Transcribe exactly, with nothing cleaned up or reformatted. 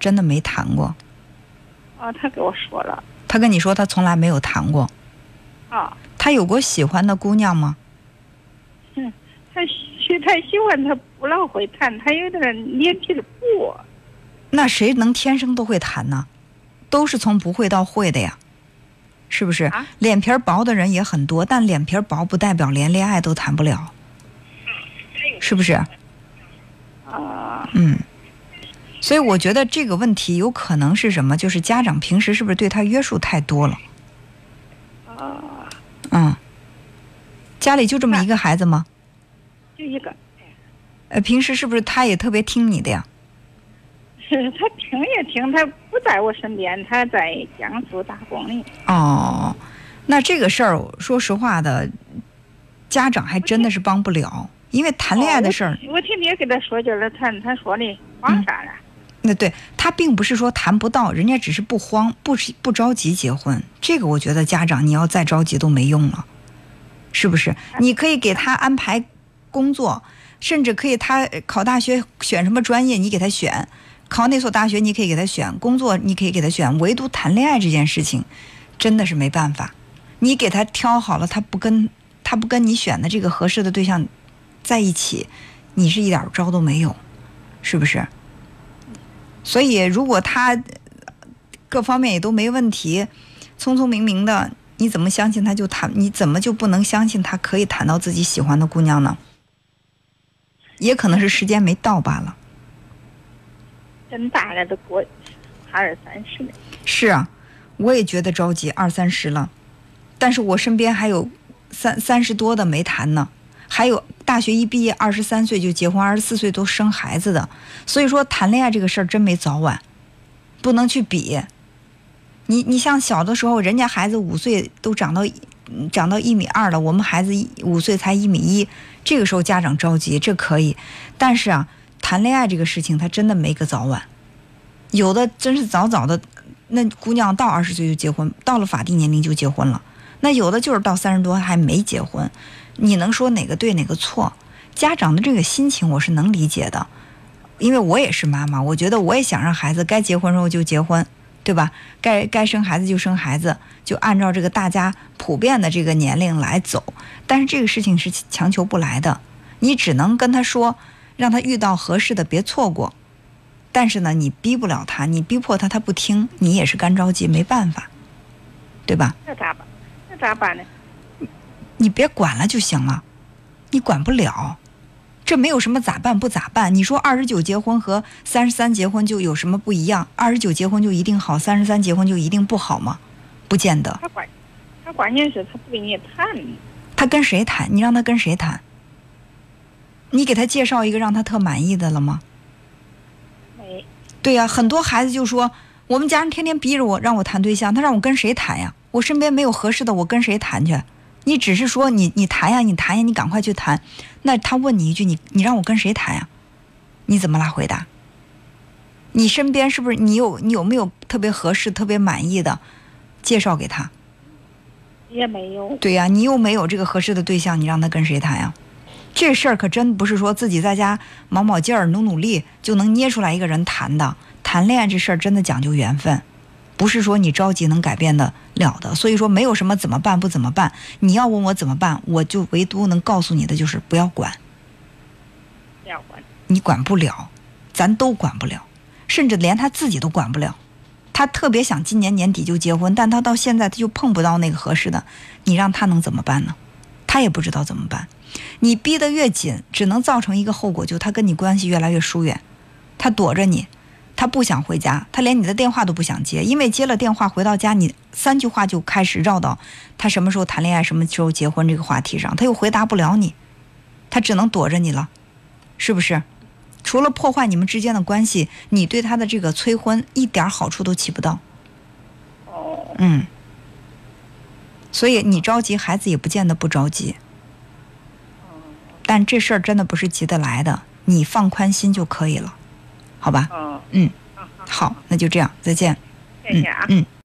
真的没谈过？ 啊，他给我说了。 他跟你说他从来没有谈过？ 啊。 他有过喜欢的姑娘吗？ 嗯，他喜他喜欢他不老会谈，他有点脸皮的薄。 那谁能天生都会谈呢？都是从不会到会的呀，是不是？ 啊、 脸皮薄的人也很多，但脸皮薄不代表连恋爱都谈不了，是不是？ 啊。 嗯。所以我觉得这个问题有可能是什么？就是家长平时是不是对他约束太多了？ 啊。 嗯。家里就这么一个孩子吗？ 就一个。 呃，平时是不是他也特别听你的呀？ 他听也听，他不在我身边，他在江苏打工呢。 哦，那这个事儿，说实话的，家长还真的是帮不了，因为谈恋爱的事儿、 哦。我天天跟他说叫他谈，他说的慌啥了？ 那、嗯、对他并不是说谈不到，人家只是不慌，不不着急结婚。这个我觉得家长你要再着急都没用了，是不是？你可以给他安排工作，甚至可以他考大学选什么专业，你给他选。考哪所大学你可以给他选，工作你可以给他选，唯独谈恋爱这件事情真的是没办法。你给他挑好了，他不跟他不跟你选的这个合适的对象在一起，你是一点招都没有，是不是？所以如果他各方面也都没问题，聪聪明明的，你怎么相信他就谈？你怎么就不能相信他可以谈到自己喜欢的姑娘呢？也可能是时间没到罢了。 真大了，都过二三十了。 是啊，我也觉得着急，二三十了，但是我身边还有三三十多的没谈呢，还有大学一毕业二十三岁就结婚，二十四岁都生孩子的。所以说谈恋爱这个事儿真没早晚，不能去比。你你像小的时候，人家孩子五岁都长到长到一米二了，我们孩子五岁才一米一，这个时候家长着急，这可以，但是啊。谈恋爱这个事情，他真的没个早晚，有的真是早早的，那姑娘到二十岁就结婚，到了法定年龄就结婚了。那有的就是到三十多还没结婚，你能说哪个对哪个错？家长的这个心情我是能理解的，因为我也是妈妈，我觉得我也想让孩子该结婚时候就结婚，对吧？该该生孩子就生孩子，就按照这个大家普遍的这个年龄来走。但是这个事情是强求不来的，你只能跟他说。让他遇到合适的别错过，但是呢你逼不了他，你逼迫他他不听，你也是干着急没办法，对吧？ 那咋办？那咋办呢？ 你别管了就行了，你管不了，这没有什么咋办不咋办。你说二十九结婚和三十三结婚就有什么不一样？二十九结婚就一定好，三十三结婚就一定不好吗？不见得。 他关他关键是他不跟你谈。 他跟谁谈？你让他跟谁谈？你给他介绍一个让他特满意的了吗？ 没。 对呀、啊，很多孩子就说我们家人天天逼着我让我谈对象，他让我跟谁谈呀？我身边没有合适的，我跟谁谈去？你只是说你你谈呀，你谈呀，你赶快去谈。那他问你一句，你你让我跟谁谈呀？你怎么来回答？你身边是不是你有你有没有特别合适、特别满意的介绍给他？ 也没有。 对呀、啊，你又没有这个合适的对象，你让他跟谁谈呀？这事儿可真不是说自己在家卯卯劲儿努努力就能捏出来一个人谈的。谈恋爱这事儿真的讲究缘分，不是说你着急能改变得了的。所以说没有什么怎么办不怎么办，你要问我怎么办，我就唯独能告诉你的就是不要管。 不要管。 你管不了，咱都管不了，甚至连他自己都管不了。他特别想今年年底就结婚，但他到现在他就碰不到那个合适的，你让他能怎么办呢？他也不知道怎么办。你逼得越紧，只能造成一个后果，就他跟你关系越来越疏远，他躲着你，他不想回家，他连你的电话都不想接，因为接了电话回到家，你三句话就开始绕到他什么时候谈恋爱、什么时候结婚这个话题上，他又回答不了你，他只能躲着你了，是不是？除了破坏你们之间的关系，你对他的这个催婚一点好处都起不到。嗯，所以你着急，孩子也不见得不着急。但这事儿真的不是急得来的，你放宽心就可以了，好吧？嗯，好，那就这样，再见。 谢谢啊。 嗯。嗯